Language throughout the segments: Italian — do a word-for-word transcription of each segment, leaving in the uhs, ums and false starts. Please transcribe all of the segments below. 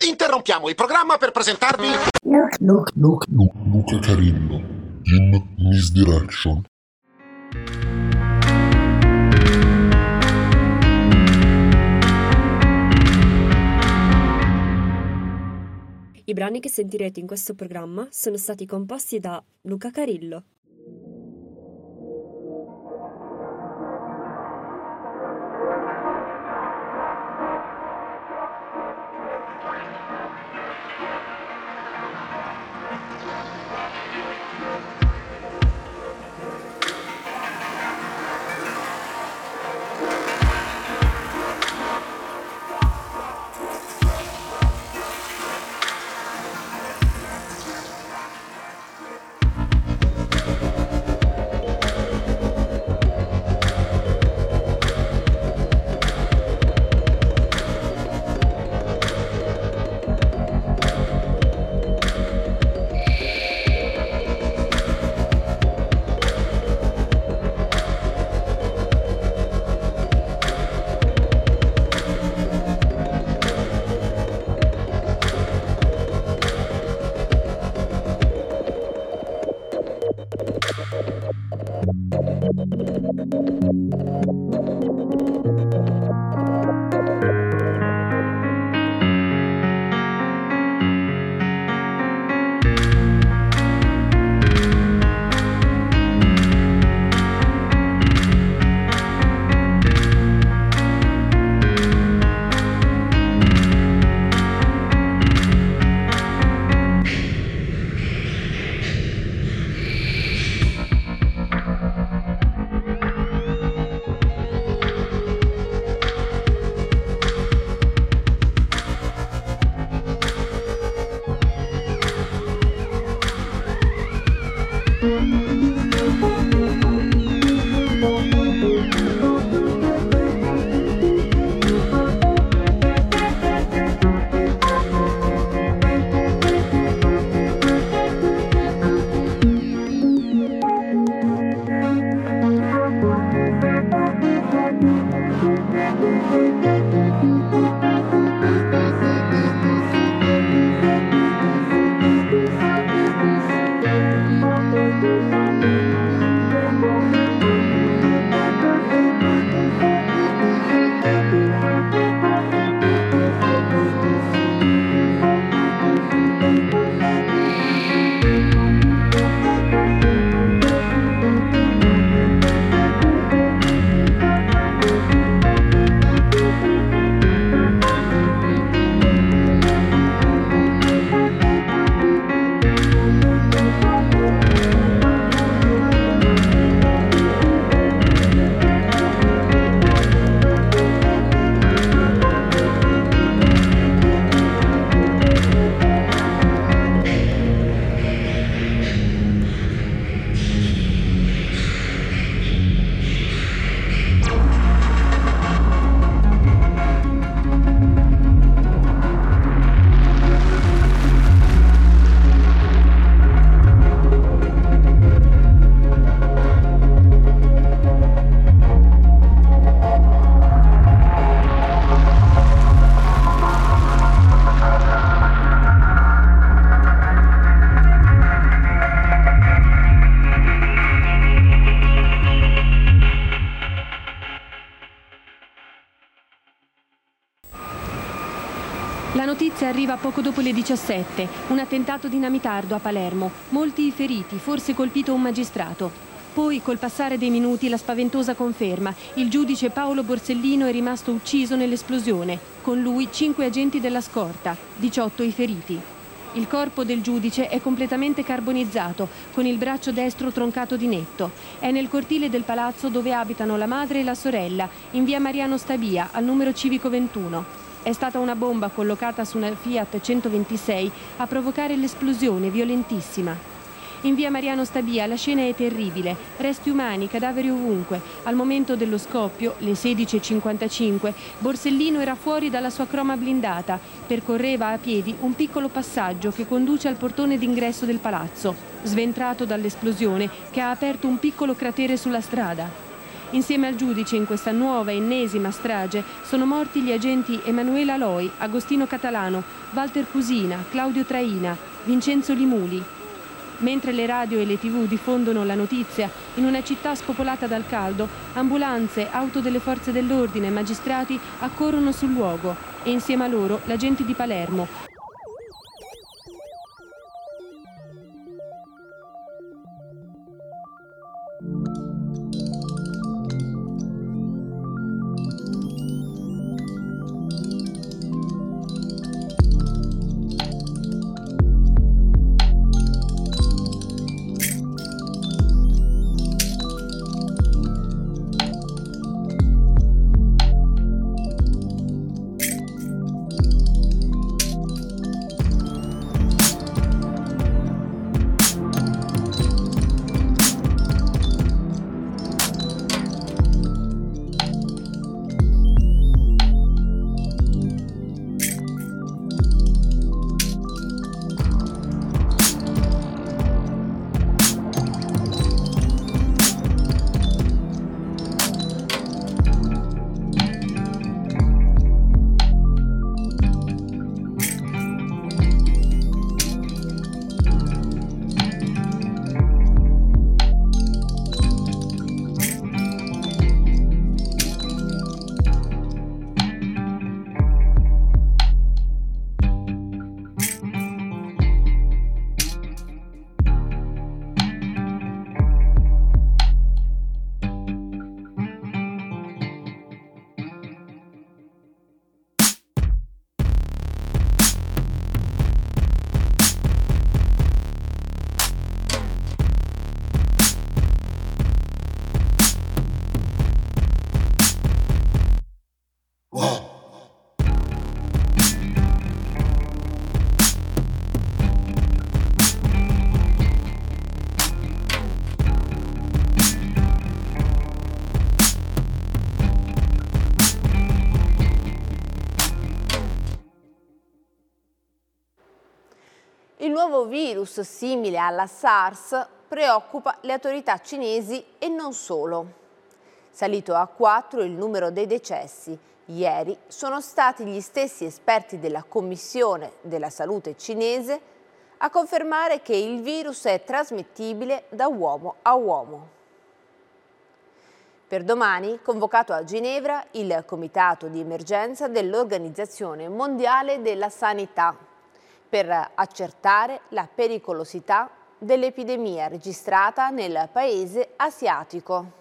Interrompiamo il programma per presentarvi Luca, Luca, Luca, Luca, Luca Carillo in Misdirection. I brani che sentirete in questo programma sono stati composti da Luca Carillo. La notizia arriva poco dopo le diciassette. Un attentato dinamitardo a Palermo. Molti i feriti, forse colpito un magistrato. Poi, col passare dei minuti, la spaventosa conferma. Il giudice Paolo Borsellino è rimasto ucciso nell'esplosione. Con lui cinque agenti della scorta, diciotto i feriti. Il corpo del giudice è completamente carbonizzato, con il braccio destro troncato di netto. È nel cortile del palazzo dove abitano la madre e la sorella, in via Mariano Stabia, al numero civico ventuno. È stata una bomba collocata su una Fiat centoventisei a provocare l'esplosione violentissima. In via Mariano Stabia la scena è terribile, resti umani, cadaveri ovunque. Al momento dello scoppio, le sedici e cinquantacinque, Borsellino era fuori dalla sua croma blindata, percorreva a piedi un piccolo passaggio che conduce al portone d'ingresso del palazzo, sventrato dall'esplosione che ha aperto un piccolo cratere sulla strada. Insieme al giudice in questa nuova ennesima strage sono morti gli agenti Emanuela Loi, Agostino Catalano, Walter Cusina, Claudio Traina, Vincenzo Limuli. Mentre le radio e le tv diffondono la notizia, in una città spopolata dal caldo, ambulanze, auto delle forze dell'ordine e magistrati accorrono sul luogo e insieme a loro l'agente di Palermo. Il nuovo virus, simile alla SARS, preoccupa le autorità cinesi e non solo. Salito a quattro il numero dei decessi. Ieri sono stati gli stessi esperti della Commissione della Salute cinese a confermare che il virus è trasmettibile da uomo a uomo. Per domani, convocato a Ginevra, il Comitato di Emergenza dell'Organizzazione Mondiale della Sanità per accertare la pericolosità dell'epidemia registrata nel paese asiatico.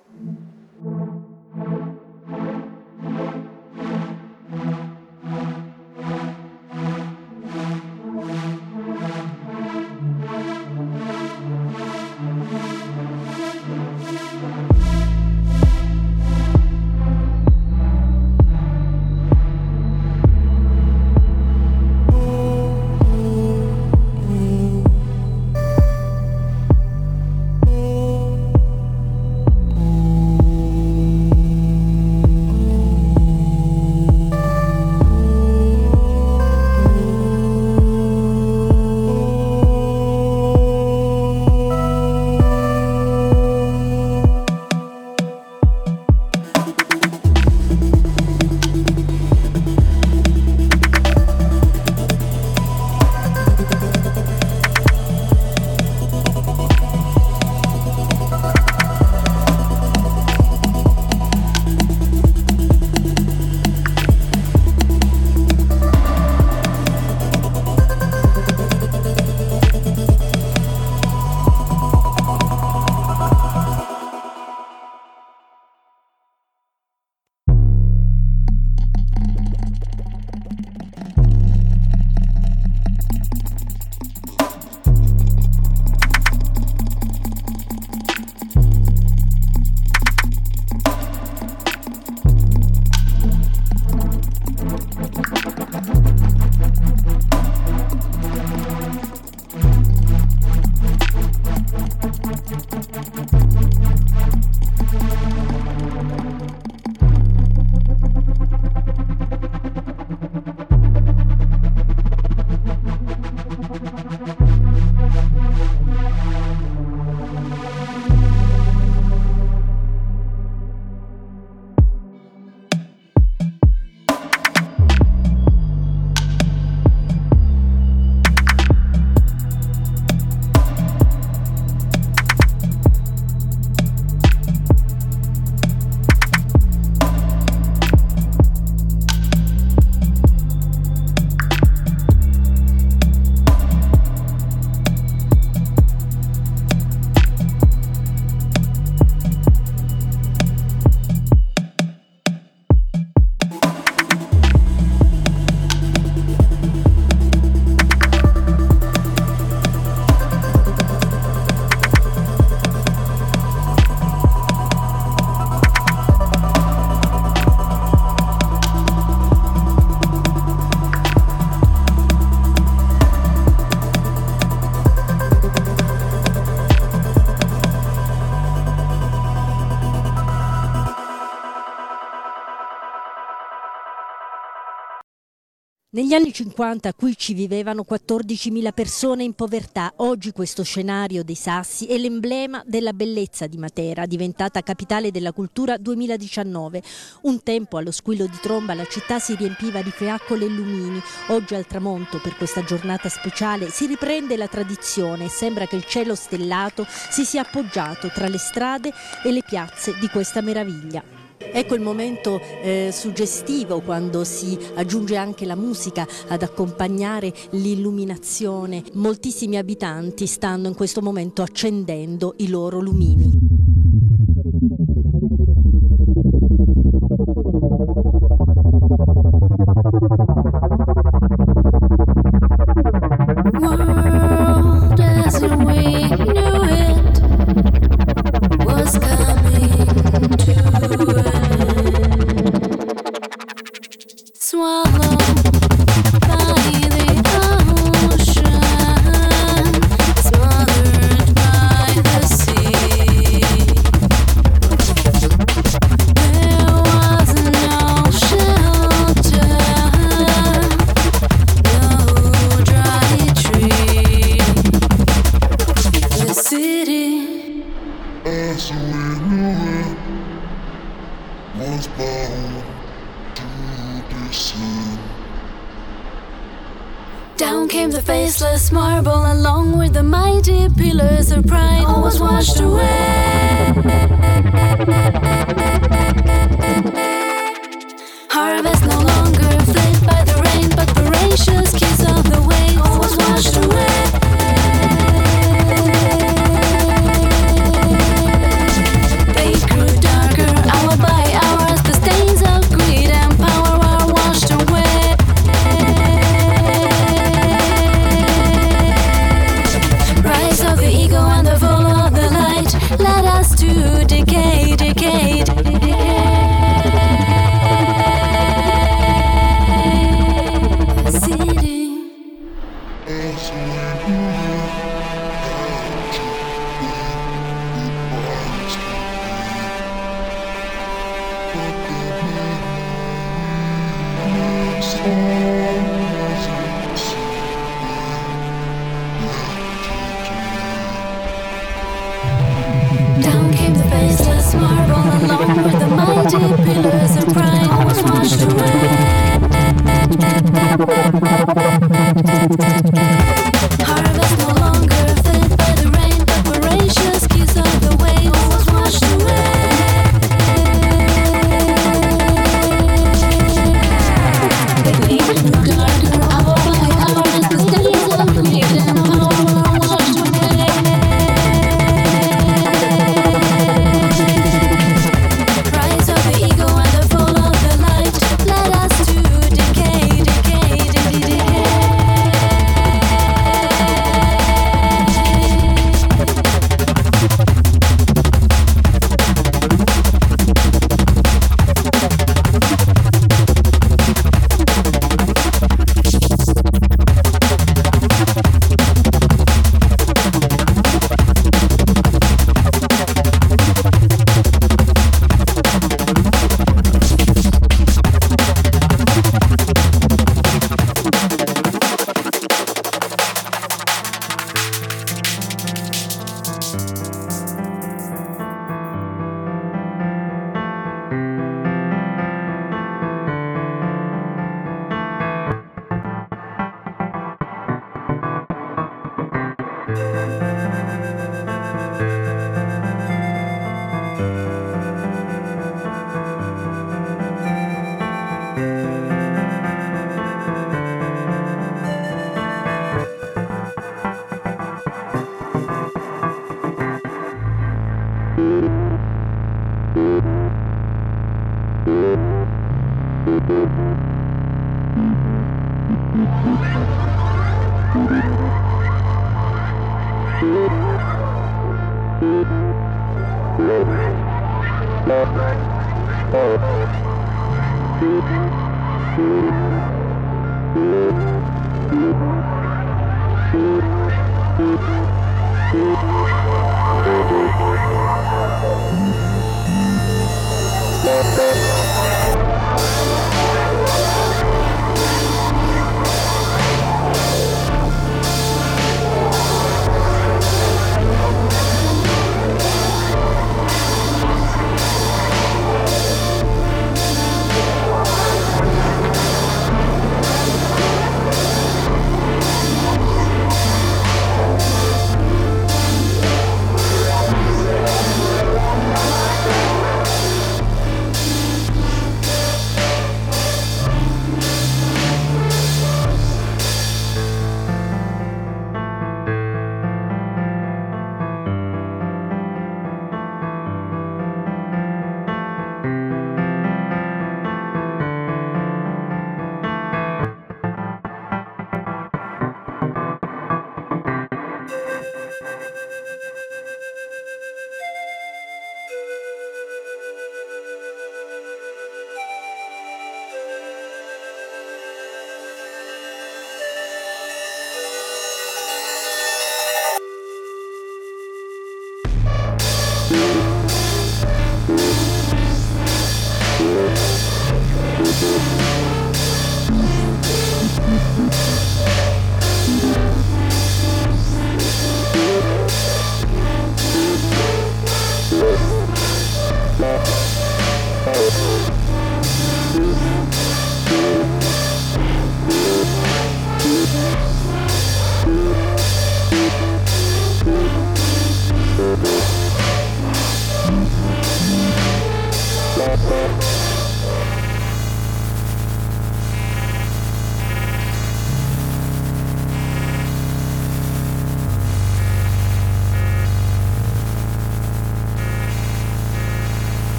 Negli anni cinquanta qui ci vivevano quattordicimila persone in povertà. Oggi questo scenario dei Sassi è l'emblema della bellezza di Matera, diventata capitale della cultura duemiladiciannove. Un tempo allo squillo di tromba la città si riempiva di fiaccole e lumini. Oggi al tramonto, per questa giornata speciale, si riprende la tradizione e sembra che il cielo stellato si sia appoggiato tra le strade e le piazze di questa meraviglia. Ecco il momento eh, suggestivo, quando si aggiunge anche la musica ad accompagnare l'illuminazione. Moltissimi abitanti stanno in questo momento accendendo i loro lumini. World as we knew it was coming to swallowed by the ocean, smothered by the sea. There was no shelter, no dry tree. The city, as we knew it, was bound to descend. down came the faceless marble, along with the mighty pillars of pride. All was washed away. Harvest no longer flayed by the rain, but voracious kiss of the waves. All was washed away. Fate grew darker hour by hour as the stains of greed and power were washed away. Rise of the ego and the fall of the light led us to decay, decay, decay. City. As we knew it, had to be, it was to be. But the memories always inside me. Down came the faceless marble, along with the mighty pillars of pride. All was washed away. Harvest no longer fed by the rain, but voracious kiss of the waves. All was washed away. The gleam grew darker hour by hour as the stains of greed and power were washed away. Rise of the ego and the fall of the light led us to decay, decay, decay, decay.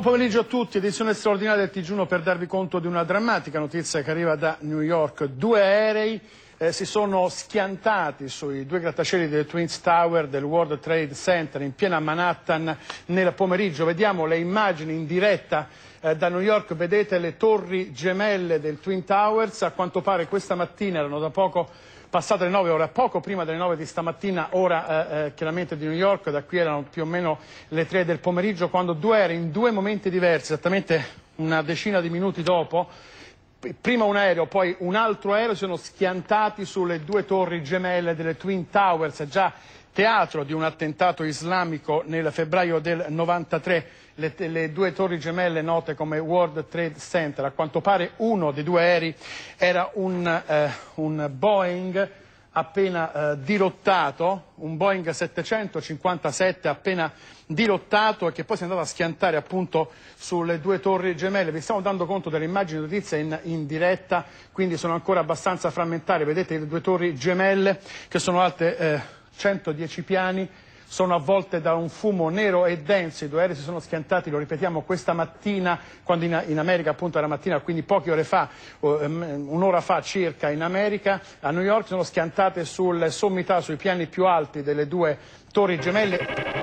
pomeriggio a tutti, edizione straordinaria del T G uno per darvi conto di una drammatica notizia che arriva da New York. Due aerei eh, si sono schiantati sui due grattacieli delle Twin Tower del World Trade Center in piena Manhattan nel pomeriggio. Vediamo le immagini in diretta eh, da New York, vedete le torri gemelle del Twin Towers. A quanto pare questa mattina erano da poco passate le nove, ora poco prima delle nove di stamattina, ora eh, eh, chiaramente di New York, da qui erano più o meno le tre del pomeriggio, quando due aerei in due momenti diversi, esattamente una decina di minuti dopo, prima un aereo, poi un altro aereo, si sono schiantati sulle due torri gemelle delle Twin Towers, già teatro di un attentato islamico nel febbraio del novantatré. Le, le due torri gemelle note come World Trade Center. A quanto pare uno dei due aerei era un, eh, un Boeing appena eh, dirottato, un Boeing settecentocinquantasette appena dirottato e che poi si è andato a schiantare appunto sulle due torri gemelle. Vi stiamo dando conto delle immagini di notizia in, in diretta, quindi sono ancora abbastanza frammentarie. Vedete le due torri gemelle che sono alte eh, centodieci piani, sono avvolte da un fumo nero e denso. I due aerei si sono schiantati, lo ripetiamo, questa mattina, quando in, in America appunto era mattina, quindi poche ore fa, um, un'ora fa circa in America, a New York sono schiantate sulle sommità, sui piani più alti delle due torri gemelle.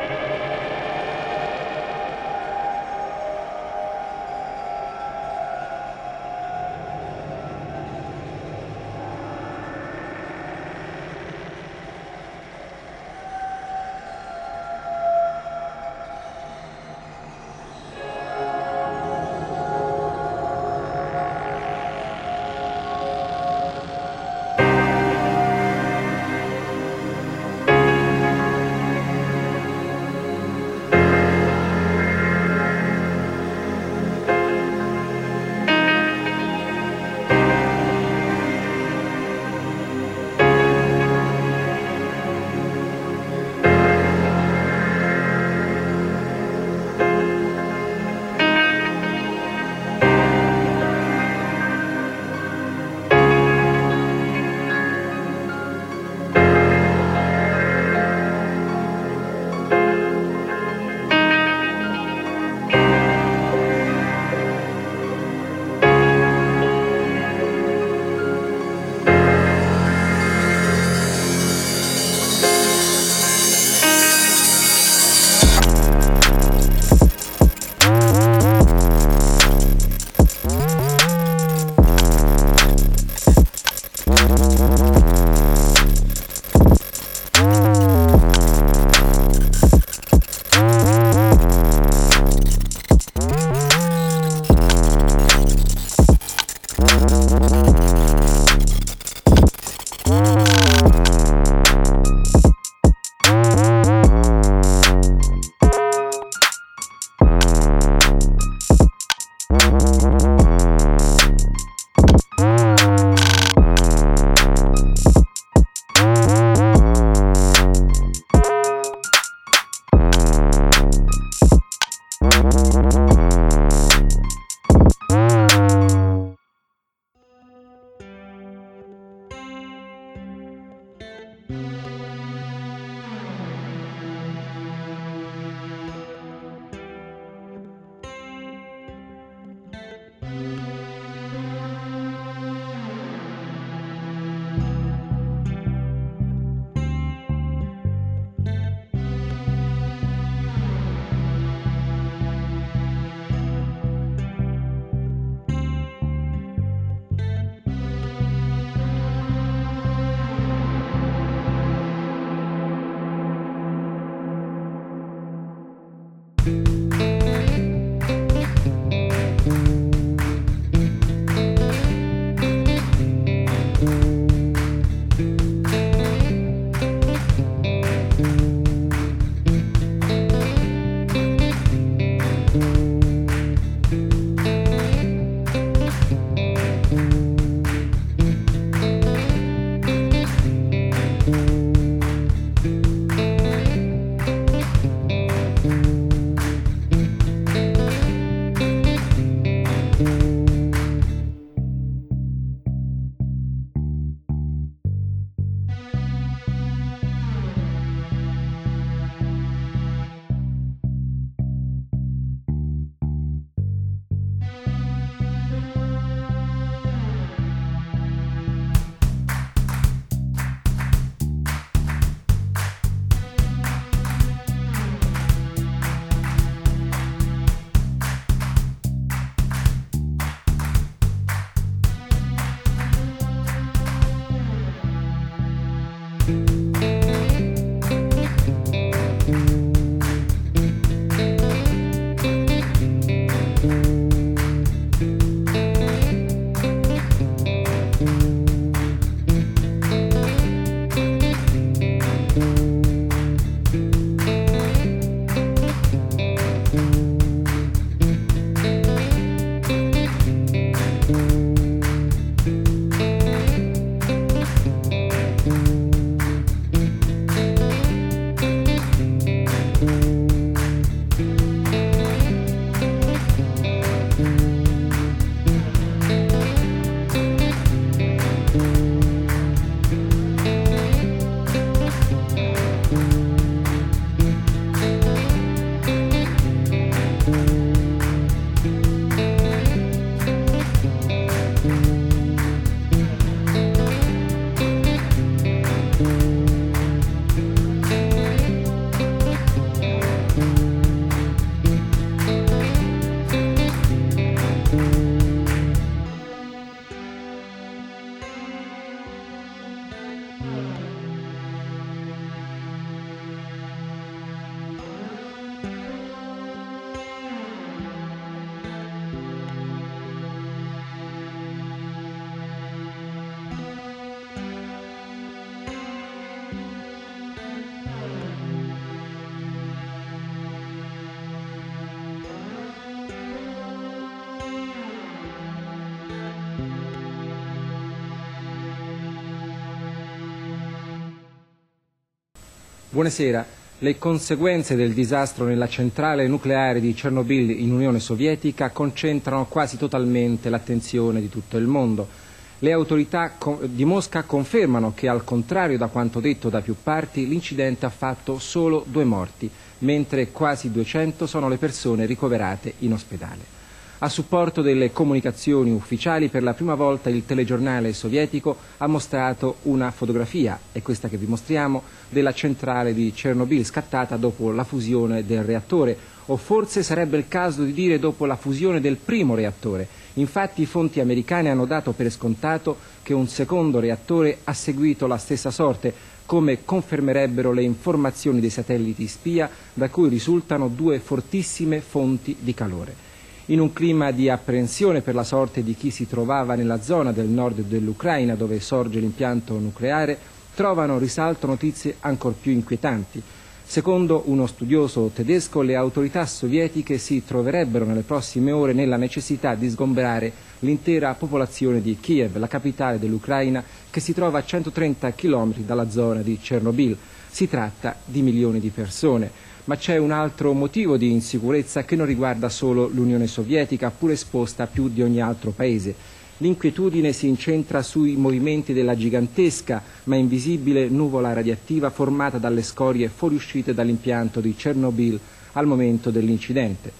Buonasera. Le conseguenze del disastro nella centrale nucleare di Chernobyl in Unione Sovietica concentrano quasi totalmente l'attenzione di tutto il mondo. Le autorità di Mosca confermano che, al contrario da quanto detto da più parti, l'incidente ha fatto solo due morti, mentre quasi duecento sono le persone ricoverate in ospedale. A supporto delle comunicazioni ufficiali, per la prima volta il telegiornale sovietico ha mostrato una fotografia, è questa che vi mostriamo, della centrale di Chernobyl scattata dopo la fusione del reattore, o forse sarebbe il caso di dire dopo la fusione del primo reattore. Infatti fonti americane hanno dato per scontato che un secondo reattore ha seguito la stessa sorte, come confermerebbero le informazioni dei satelliti spia da cui risultano due fortissime fonti di calore. In un clima di apprensione per la sorte di chi si trovava nella zona del nord dell'Ucraina dove sorge l'impianto nucleare, trovano risalto notizie ancor più inquietanti. Secondo uno studioso tedesco, le autorità sovietiche si troverebbero nelle prossime ore nella necessità di sgomberare l'intera popolazione di Kiev, la capitale dell'Ucraina, che si trova a centotrenta chilometri dalla zona di Chernobyl. Si tratta di milioni di persone. Ma c'è un altro motivo di insicurezza che non riguarda solo l'Unione Sovietica, pur esposta più di ogni altro paese. L'inquietudine si incentra sui movimenti della gigantesca ma invisibile nuvola radioattiva formata dalle scorie fuoriuscite dall'impianto di Chernobyl al momento dell'incidente.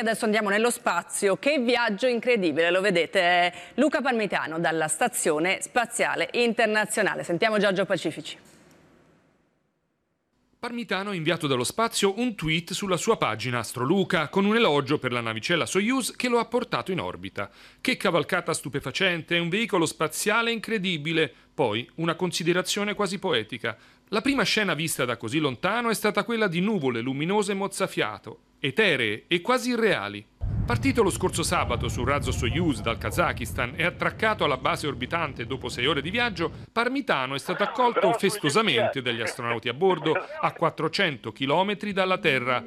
adesso andiamo nello spazio. Che viaggio incredibile, lo vedete. Luca Parmitano dalla Stazione Spaziale Internazionale. Sentiamo Giorgio Pacifici. Parmitano ha inviato dallo spazio un tweet sulla sua pagina Astroluca con un elogio per la navicella Soyuz che lo ha portato in orbita. Che cavalcata stupefacente, è un veicolo spaziale incredibile. Poi una considerazione quasi poetica. La prima scena vista da così lontano è stata quella di nuvole luminose mozzafiato, eteree e quasi irreali. Partito lo scorso sabato sul razzo Soyuz dal Kazakistan e attraccato alla base orbitante dopo sei ore di viaggio, Parmitano è stato accolto festosamente dagli astronauti a bordo a quattrocento chilometri dalla Terra.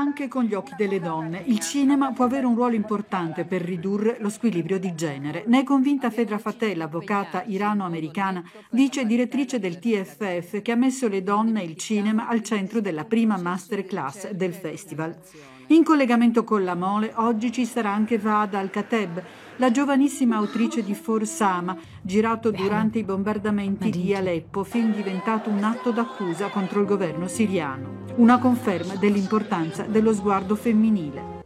anche con gli occhi delle donne. Il cinema può avere un ruolo importante per ridurre lo squilibrio di genere. Ne è convinta Fedra Fateh, l'avvocata irano-americana, vice direttrice del T F F, che ha messo le donne e il cinema al centro della prima masterclass del festival. In collegamento con la Mole, oggi ci sarà anche Vahda Al-Kateb, la giovanissima autrice di For Sama, girato durante i bombardamenti di Aleppo, film diventato un atto d'accusa contro il governo siriano. Una conferma dell'importanza dello sguardo femminile.